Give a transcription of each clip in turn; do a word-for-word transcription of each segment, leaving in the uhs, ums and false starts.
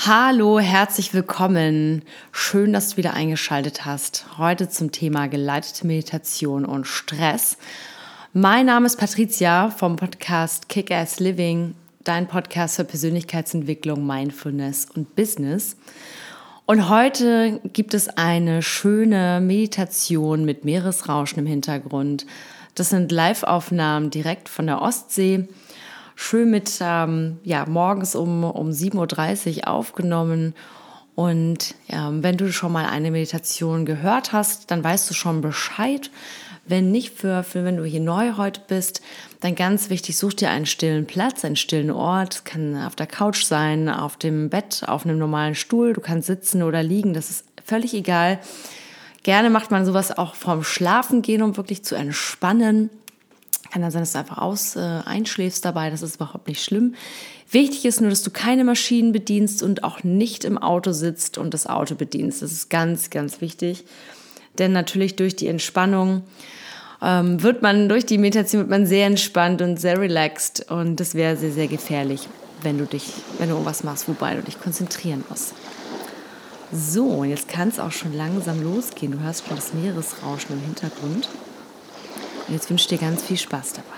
Hallo, herzlich willkommen. Schön, dass du wieder eingeschaltet hast. Heute zum Thema geleitete Meditation und Stress. Mein Name ist Patricia vom Podcast Kick-Ass Living, dein Podcast für Persönlichkeitsentwicklung, Mindfulness und Business. Und heute gibt es eine schöne Meditation mit Meeresrauschen im Hintergrund. Das sind Live-Aufnahmen direkt von der Ostsee. Schön mit, ähm, ja, morgens um, um sieben Uhr dreißig aufgenommen. Und ja, wenn du schon mal eine Meditation gehört hast, dann weißt du schon Bescheid. Wenn nicht, für, für wenn du hier neu heute bist, dann ganz wichtig, such dir einen stillen Platz, einen stillen Ort. Das kann auf der Couch sein, auf dem Bett, auf einem normalen Stuhl. Du kannst sitzen oder liegen, das ist völlig egal. Gerne macht man sowas auch vorm Schlafengehen, um wirklich zu entspannen. Kann dann sein, dass du einfach aus, äh, einschläfst dabei, das ist überhaupt nicht schlimm. Wichtig ist nur, dass du keine Maschinen bedienst und auch nicht im Auto sitzt und das Auto bedienst. Das ist ganz, ganz wichtig. Denn natürlich durch die Entspannung ähm, wird man, durch die Meditation wird man sehr entspannt und sehr relaxed. Und das wäre sehr, sehr gefährlich, wenn du dich, wenn du irgendwas machst, wobei du dich konzentrieren musst. So, und jetzt kann es auch schon langsam losgehen. Du hörst schon das Meeresrauschen im Hintergrund. Und jetzt wünsche ich dir ganz viel Spaß dabei.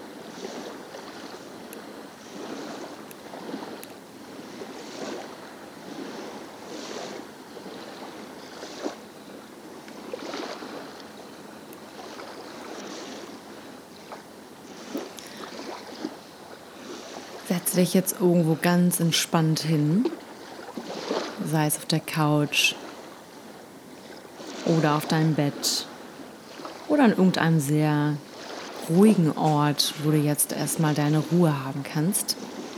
Setze dich jetzt irgendwo ganz entspannt hin, sei es auf der Couch oder auf deinem Bett. Oder an irgendeinem sehr ruhigen Ort, wo du jetzt erstmal deine Ruhe haben kannst.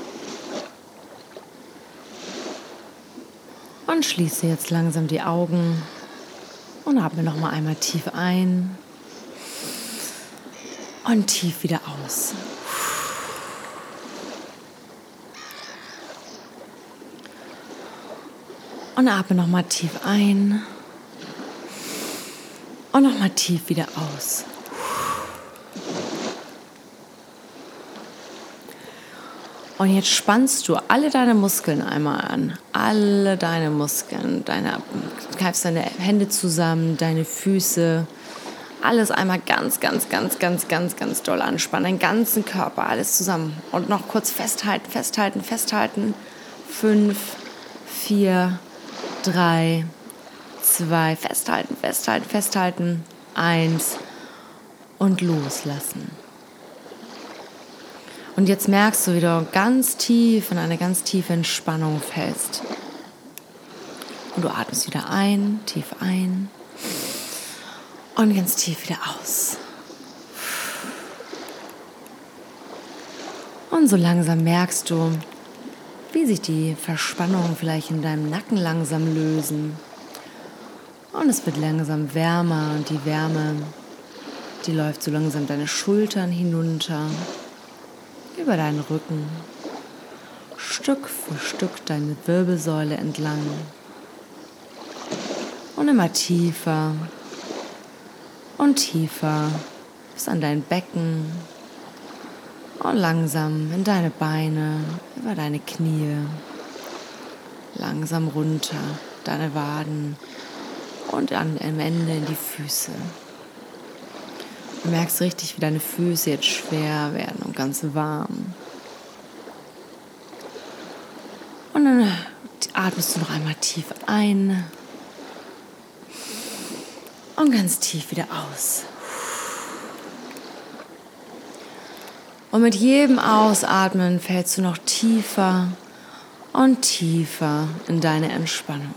Und schließe jetzt langsam die Augen und atme nochmal einmal tief ein und tief wieder aus. Und atme nochmal tief ein. Und nochmal tief wieder aus. Und jetzt spannst du alle deine Muskeln einmal an. Alle deine Muskeln. Deine, du greifst deine Hände zusammen, deine Füße. Alles einmal ganz, ganz, ganz, ganz, ganz, ganz doll anspannen. Deinen ganzen Körper, alles zusammen. Und noch kurz festhalten, festhalten, festhalten. Fünf, vier, drei, zwei, festhalten, festhalten, festhalten, eins und loslassen. Und jetzt merkst du, wie du ganz tief in eine ganz tiefe Entspannung fällst. Und du atmest wieder ein, tief ein und ganz tief wieder aus. Und so langsam merkst du, wie sich die Verspannungen vielleicht in deinem Nacken langsam lösen. Und es wird langsam wärmer und die Wärme, die läuft so langsam deine Schultern hinunter, über deinen Rücken, Stück für Stück deine Wirbelsäule entlang und immer tiefer und tiefer bis an dein Becken und langsam in deine Beine, über deine Knie, langsam runter, deine Waden, und dann am Ende in die Füße. Du merkst richtig, wie deine Füße jetzt schwer werden und ganz warm. Und dann atmest du noch einmal tief ein und ganz tief wieder aus. Und mit jedem Ausatmen fällst du noch tiefer und tiefer in deine Entspannung.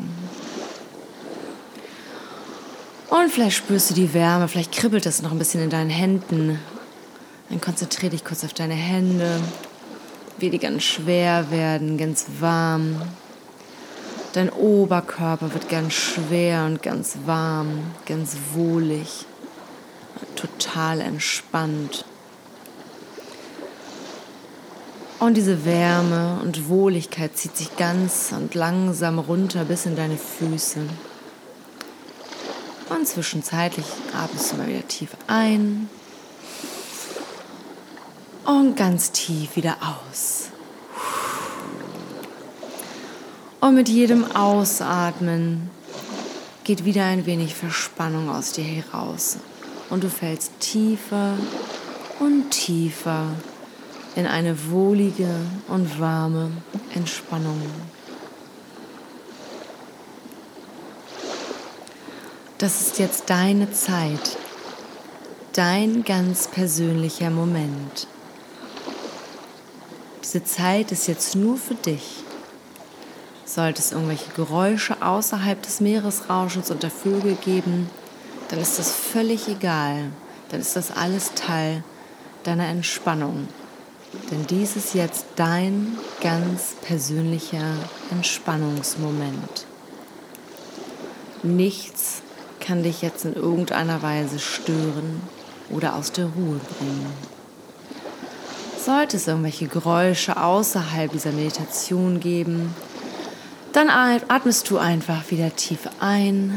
Und vielleicht spürst du die Wärme, vielleicht kribbelt es noch ein bisschen in deinen Händen. Dann konzentriere dich kurz auf deine Hände, wie die ganz schwer werden, ganz warm. Dein Oberkörper wird ganz schwer und ganz warm, ganz wohlig, total entspannt. Und diese Wärme und Wohligkeit zieht sich ganz und langsam runter bis in deine Füße. Und zwischenzeitlich atmest du mal wieder tief ein und ganz tief wieder aus. Und mit jedem Ausatmen geht wieder ein wenig Verspannung aus dir heraus. Und du fällst tiefer und tiefer in eine wohlige und warme Entspannung. Das ist jetzt deine Zeit, dein ganz persönlicher Moment. Diese Zeit ist jetzt nur für dich. Sollte es irgendwelche Geräusche außerhalb des Meeresrauschens und der Vögel geben, dann ist das völlig egal. Dann ist das alles Teil deiner Entspannung. Denn dies ist jetzt dein ganz persönlicher Entspannungsmoment. Nichts kann dich jetzt in irgendeiner Weise stören oder aus der Ruhe bringen. Sollte es irgendwelche Geräusche außerhalb dieser Meditation geben, dann atmest du einfach wieder tief ein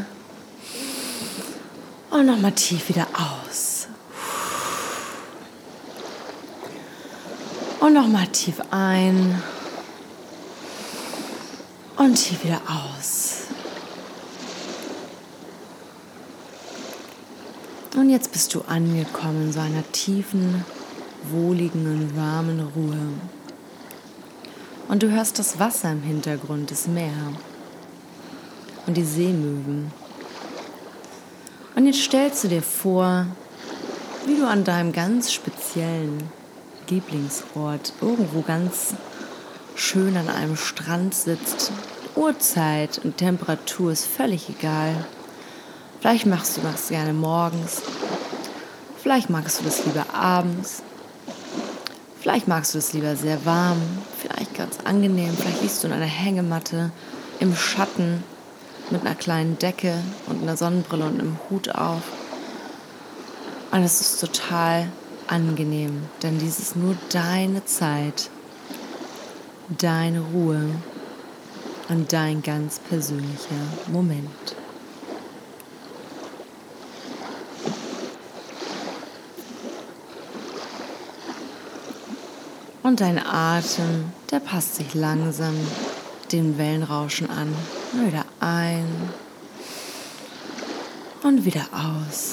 und nochmal tief wieder aus. Und nochmal tief ein und tief wieder aus. Und jetzt bist du angekommen in so einer tiefen, wohligen und warmen Ruhe. Und du hörst das Wasser im Hintergrund, das Meer und die Seemöwen. Und jetzt stellst du dir vor, wie du an deinem ganz speziellen Lieblingsort irgendwo ganz schön an einem Strand sitzt. Uhrzeit und Temperatur ist völlig egal. Vielleicht machst du das gerne morgens, vielleicht magst du das lieber abends, vielleicht magst du das lieber sehr warm, vielleicht ganz angenehm, vielleicht liegst du in einer Hängematte im Schatten mit einer kleinen Decke und einer Sonnenbrille und einem Hut auf. Und es ist total angenehm, denn dies ist nur deine Zeit, deine Ruhe und dein ganz persönlicher Moment. Und dein Atem, der passt sich langsam dem Wellenrauschen an. Und wieder ein und wieder aus.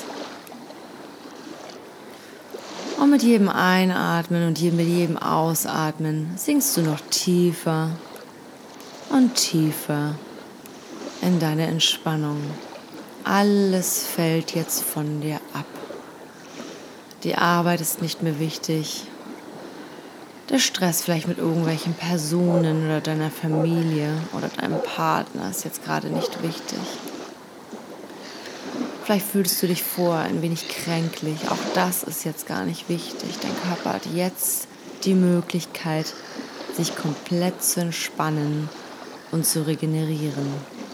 Und mit jedem Einatmen und mit jedem Ausatmen sinkst du noch tiefer und tiefer in deine Entspannung. Alles fällt jetzt von dir ab. Die Arbeit ist nicht mehr wichtig. Der Stress vielleicht mit irgendwelchen Personen oder deiner Familie oder deinem Partner ist jetzt gerade nicht wichtig. Vielleicht fühlst du dich vor ein wenig kränklich. Auch das ist jetzt gar nicht wichtig. Dein Körper hat jetzt die Möglichkeit, sich komplett zu entspannen und zu regenerieren.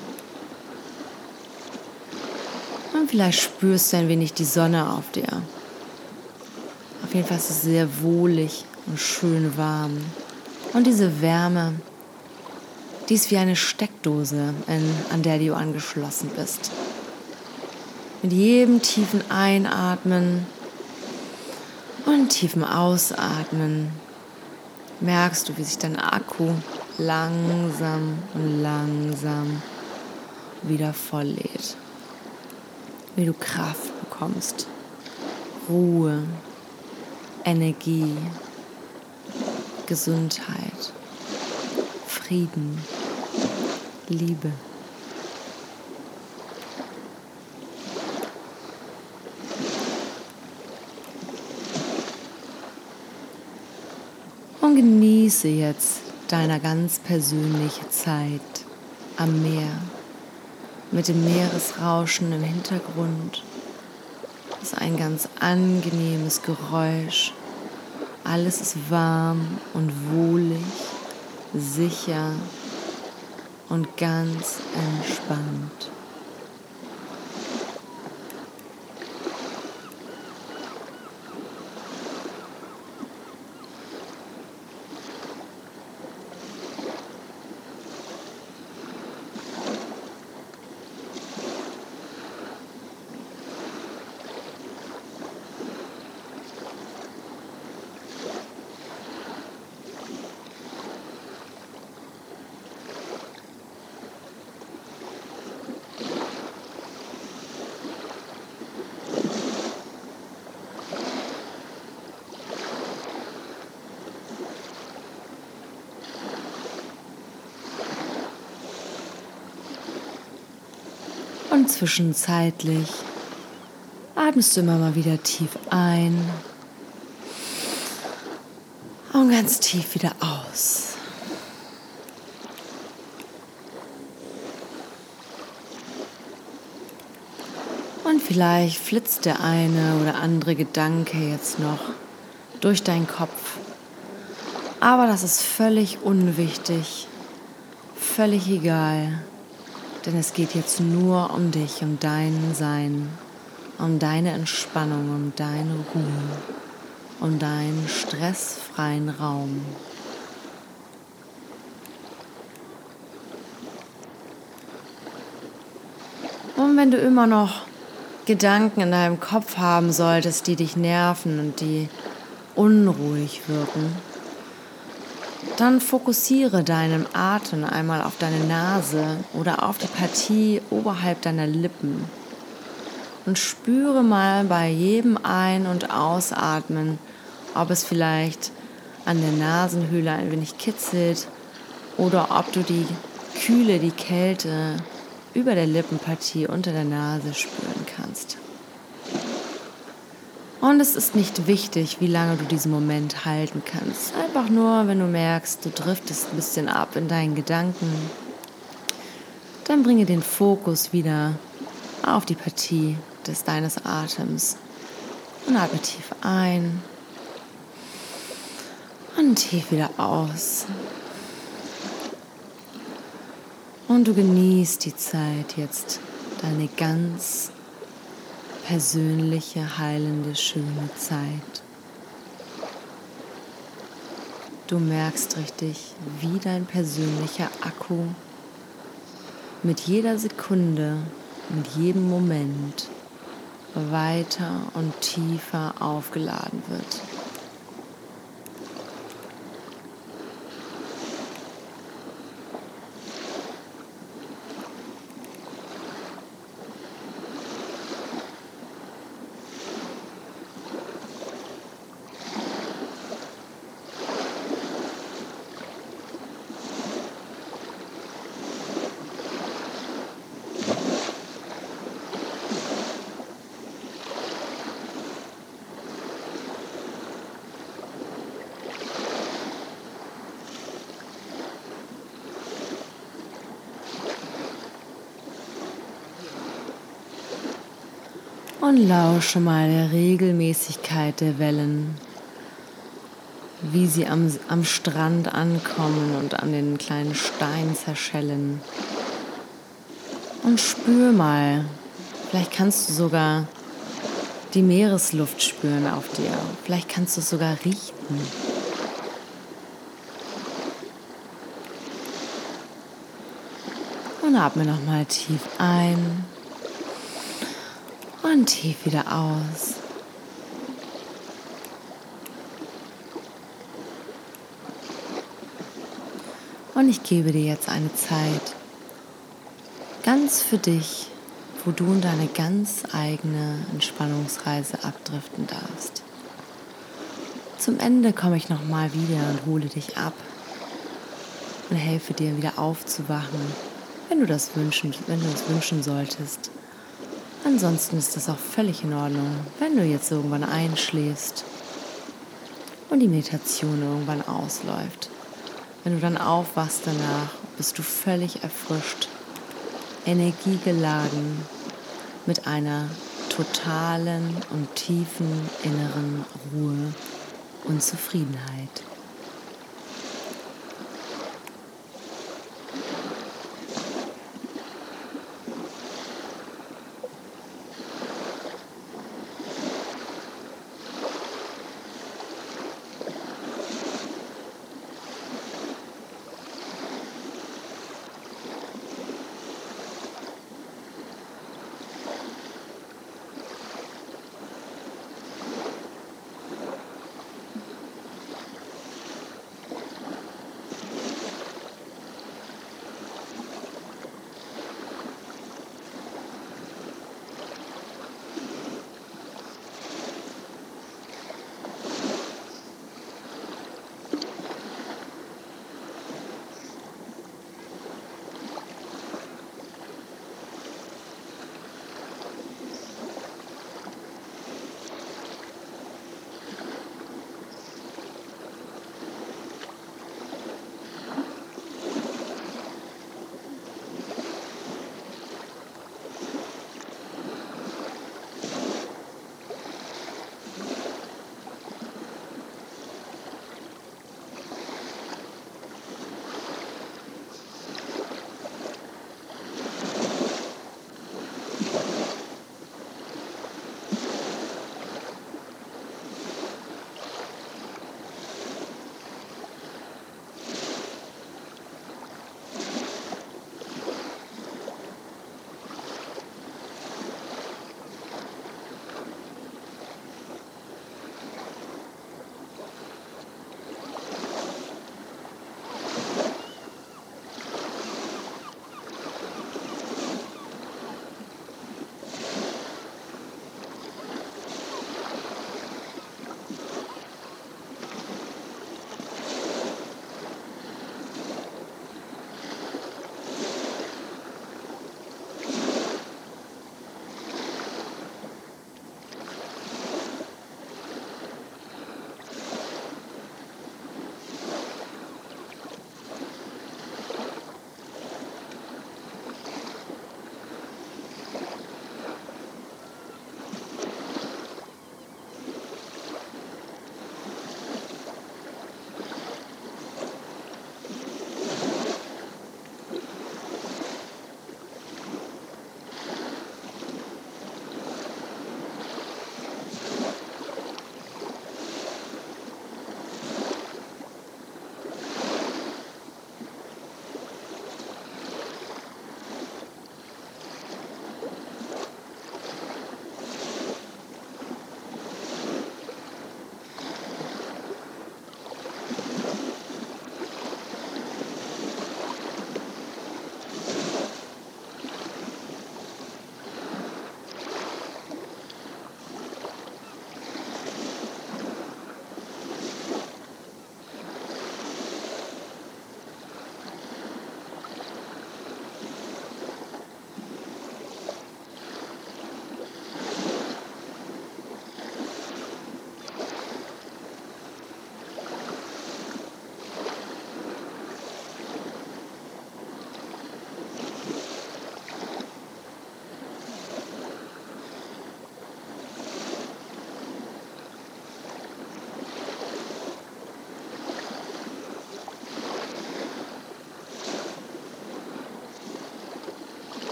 Und vielleicht spürst du ein wenig die Sonne auf dir. Auf jeden Fall ist es sehr wohlig und schön warm. Und diese Wärme, die ist wie eine Steckdose, in, an der du angeschlossen bist. Mit jedem tiefen Einatmen und tiefen Ausatmen merkst du, wie sich dein Akku langsam und langsam wieder volllädt. Wie du Kraft bekommst, Ruhe, Energie, Gesundheit, Frieden, Liebe. Und genieße jetzt deine ganz persönliche Zeit am Meer mit dem Meeresrauschen im Hintergrund. Das ist ein ganz angenehmes Geräusch. Alles ist warm und wohlig, sicher und ganz entspannt. Und zwischenzeitlich atmest du immer mal wieder tief ein und ganz tief wieder aus. Und vielleicht flitzt der eine oder andere Gedanke jetzt noch durch deinen Kopf. Aber das ist völlig unwichtig, völlig egal, denn es geht jetzt nur um dich, um dein Sein, um deine Entspannung, um deine Ruhe, um deinen stressfreien Raum. Und wenn du immer noch Gedanken in deinem Kopf haben solltest, die dich nerven und die unruhig wirken, dann fokussiere deinen Atem einmal auf deine Nase oder auf die Partie oberhalb deiner Lippen und spüre mal bei jedem Ein- und Ausatmen, ob es vielleicht an der Nasenhöhle ein wenig kitzelt oder ob du die Kühle, die Kälte über der Lippenpartie unter der Nase spüren kannst. Und es ist nicht wichtig, wie lange du diesen Moment halten kannst. Einfach nur, wenn du merkst, du driftest ein bisschen ab in deinen Gedanken, dann bringe den Fokus wieder auf die Partie des deines Atems und atme tief ein und tief wieder aus. Und du genießt die Zeit jetzt, deine ganz persönliche, heilende, schöne Zeit. Du merkst richtig, wie dein persönlicher Akku mit jeder Sekunde, mit jedem Moment weiter und tiefer aufgeladen wird. Und lausche mal der Regelmäßigkeit der Wellen, wie sie am, am Strand ankommen und an den kleinen Steinen zerschellen. Und spür mal, vielleicht kannst du sogar die Meeresluft spüren auf dir. Vielleicht kannst du es sogar riechen. Und atme nochmal tief ein. Und tief wieder aus. Und ich gebe dir jetzt eine Zeit, ganz für dich, wo du in deine ganz eigene Entspannungsreise abdriften darfst. Zum Ende komme ich nochmal wieder und hole dich ab und helfe dir wieder aufzuwachen, wenn du das wünschen, wenn du das wünschen solltest. Ansonsten ist das auch völlig in Ordnung, wenn du jetzt irgendwann einschläfst und die Meditation irgendwann ausläuft. Wenn du dann aufwachst danach, bist du völlig erfrischt, energiegeladen, mit einer totalen und tiefen inneren Ruhe und Zufriedenheit.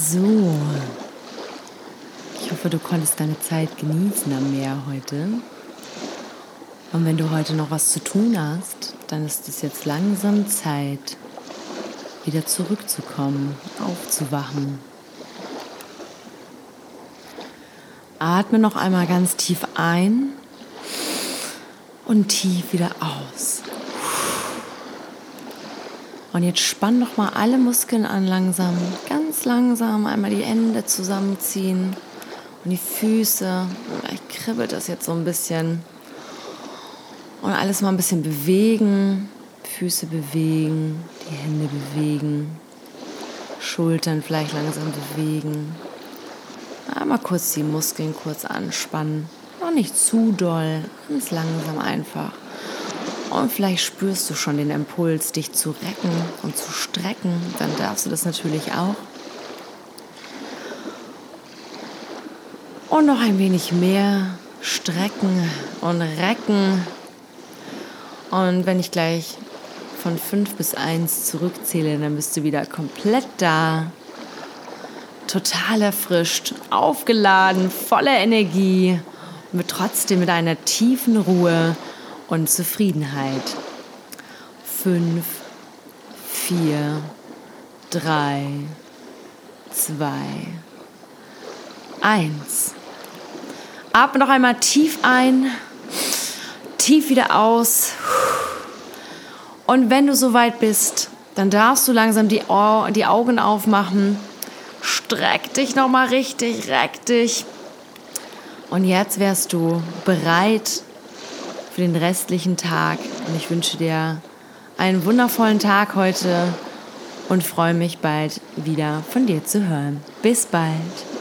So, ich hoffe, du konntest deine Zeit genießen am Meer heute. Und wenn du heute noch was zu tun hast, dann ist es jetzt langsam Zeit, wieder zurückzukommen, aufzuwachen. Atme noch einmal ganz tief ein und tief wieder aus. Und jetzt spann noch mal alle Muskeln an, langsam, ganz langsam einmal die Hände zusammenziehen und die Füße. Vielleicht kribbelt das jetzt so ein bisschen. Und alles mal ein bisschen bewegen, Füße bewegen, die Hände bewegen, Schultern vielleicht langsam bewegen. Einmal kurz die Muskeln kurz anspannen, noch nicht zu doll, ganz langsam einfach. Und vielleicht spürst du schon den Impuls, dich zu recken und zu strecken. Dann darfst du das natürlich auch. Und noch ein wenig mehr strecken und recken. Und wenn ich gleich von fünf bis eins zurückzähle, dann bist du wieder komplett da. Total erfrischt, aufgeladen, voller Energie. Und trotzdem mit einer tiefen Ruhe und Zufriedenheit. Fünf, vier, drei, zwei, eins. Atme noch einmal tief ein, tief wieder aus. Und wenn du soweit bist, dann darfst du langsam die, Au- die Augen aufmachen. Streck dich nochmal richtig, reck dich. Und jetzt wärst du bereit für den restlichen Tag. Und ich wünsche dir einen wundervollen Tag heute und freue mich bald wieder von dir zu hören. Bis bald.